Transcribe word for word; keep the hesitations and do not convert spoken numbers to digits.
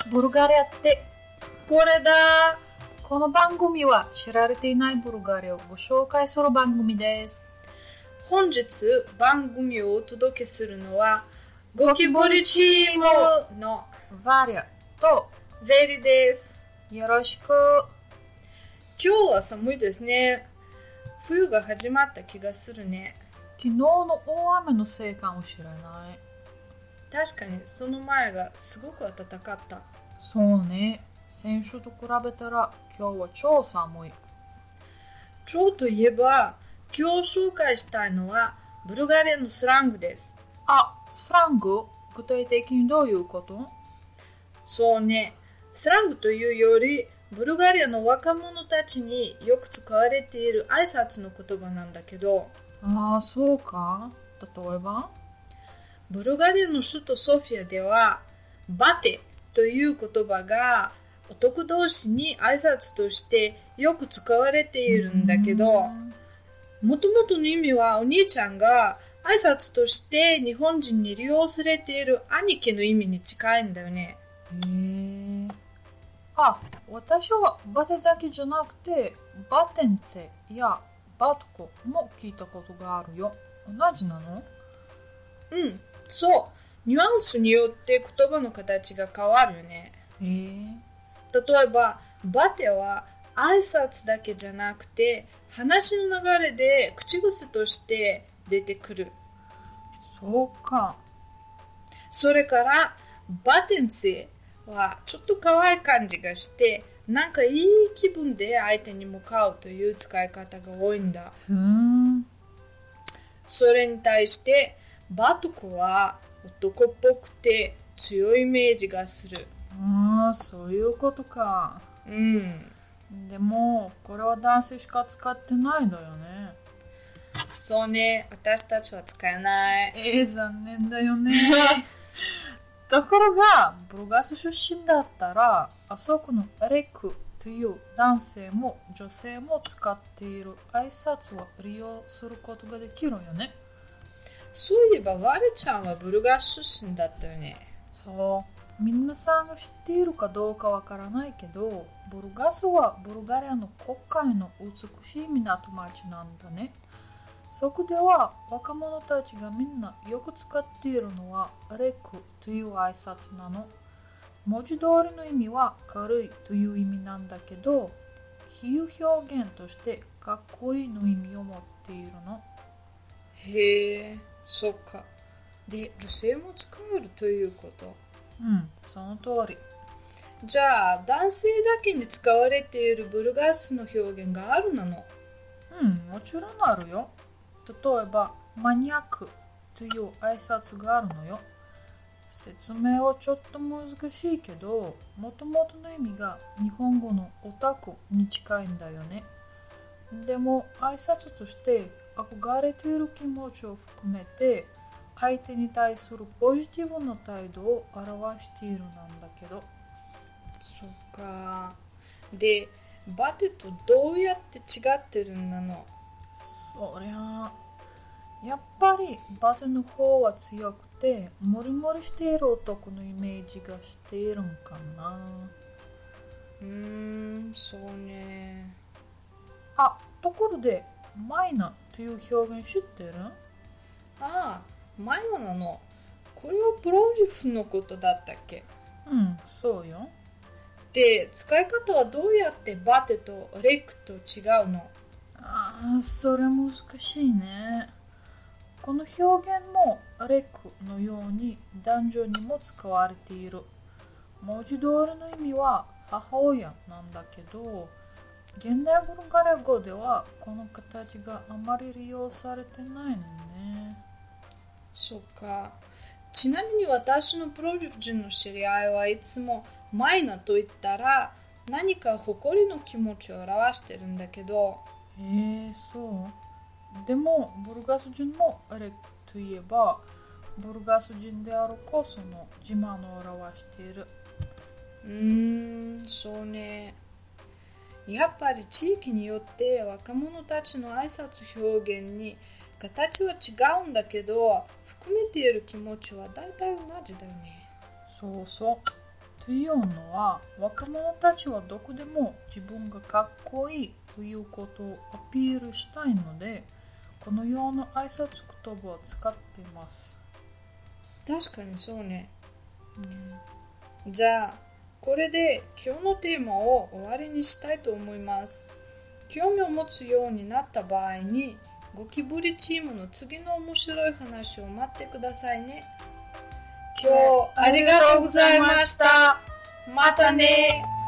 ブルガリアってこれだ。この番組は知られていないブルガリアをご紹介する番組です。 本日番組をお届けするのはゴキブリチームのヴァリアとベリです。 よろしく。 今日は寒いですね。冬が始まった気がするね。 昨日の大雨のせいかもしれない。 確かにその前がすごく暖かった。 そうね。先週と比べたら今日は超寒い。 超といえば今日紹介したいのはブルガリアのスラングです。 あ、スラング？具体的にどういうこと？ そうね。スラングというよりブルガリアの若者たちによく使われている挨拶の言葉なんだけど。 ああ、そうか。例えば？ ブルガリアの首都ソフィアではバテという言葉が男同士に挨拶としてよく使われているんだけど、もともとの意味はお兄ちゃんが挨拶として日本人に利用されている兄貴の意味に近いんだよね。 へえ。あ、私はバテだけじゃなくてバテンツェやバトコも聞いたことがあるよ。同じなの？ うん、そう。ニュアンスによって言葉の形が変わるよね。 へえ。 例えばバテは挨拶だけじゃなくて話の流れで口癖として出てくる。 そうか。 それからバテンツェはちょっと可愛い感じがしてなんかいい気分で相手に向かうという使い方が多いんだ。 ふーん。 それに対してバトコは男っぽくて強いイメージがする。 ああ、そういうことか。 うん。 でもこれは男性しか使ってないのよね。 そうね、私たちは使えない。 えー、残念だよね。ところがブルガス出身だったらあそこのレクという男性も女性も使っている挨拶を利用することができるよね。 そういえばワレちゃんはブルガス出身だったよね。 そう、皆さんが知っているかどうかわからないけどブルガスはブルガリアの国会の美しい港町なんだね。そこでは若者たちがみんなよく使っているのはレクという挨拶なの。文字通りの意味は軽いという意味なんだけど比喩表現としてかっこいいの意味を持っているの。 へえ、そっか。で、女性も使えるということ？ うん、その通り。 じゃあ男性だけに使われているブルガスの表現があるなの？ うん、もちろんあるよ。例えばマニアックという挨拶があるのよ。説明はちょっと難しいけどもともとの意味が日本語のオタクに近いんだよね。でも挨拶として憧れている気持ちを含めて相手に対するポジティブな態度を表しているなんだけど。 そっか。で、バテとどうやって違ってるんだの？ そりゃやっぱりバテの方は強くてモリモリしている男のイメージがしているんかな。 うーん、そうね。 あ、ところでマイナという表現知ってる？ ああ、マイナなの。これはプロジフのことだったっけ？ うん、そうよ。 で、使い方はどうやってバテとレクと違うの？ ああ、それ難しいね。この表現もレクのように男女にも使われている。文字通りの意味は母親なんだけど現代ブルガリア語ではこの形があまり利用されてないのね。 そうか。ちなみに私のプロジェクトの知り合いはいつもマイナと言ったら何か誇りの気持ちを表してるんだけど。 へえ、そう。でもブルガス人もレクといえばブルガス人であるこその自慢を表している。 うーん、そうね。やっぱり地域によって若者たちの挨拶表現に形は違うんだけど含めている気持ちは大体同じだよね。 そうそう。 というのは、若者たちはどこでも自分がかっこいいということをアピールしたいので、このような挨拶言葉を使っています。 確かにそうね。 うん、 じゃあ、これで今日のテーマを終わりにしたいと思います。興味を持つようになった場合に、ゴキブリチームの次の面白い話を待ってくださいね。今日ありがとうございました。またね。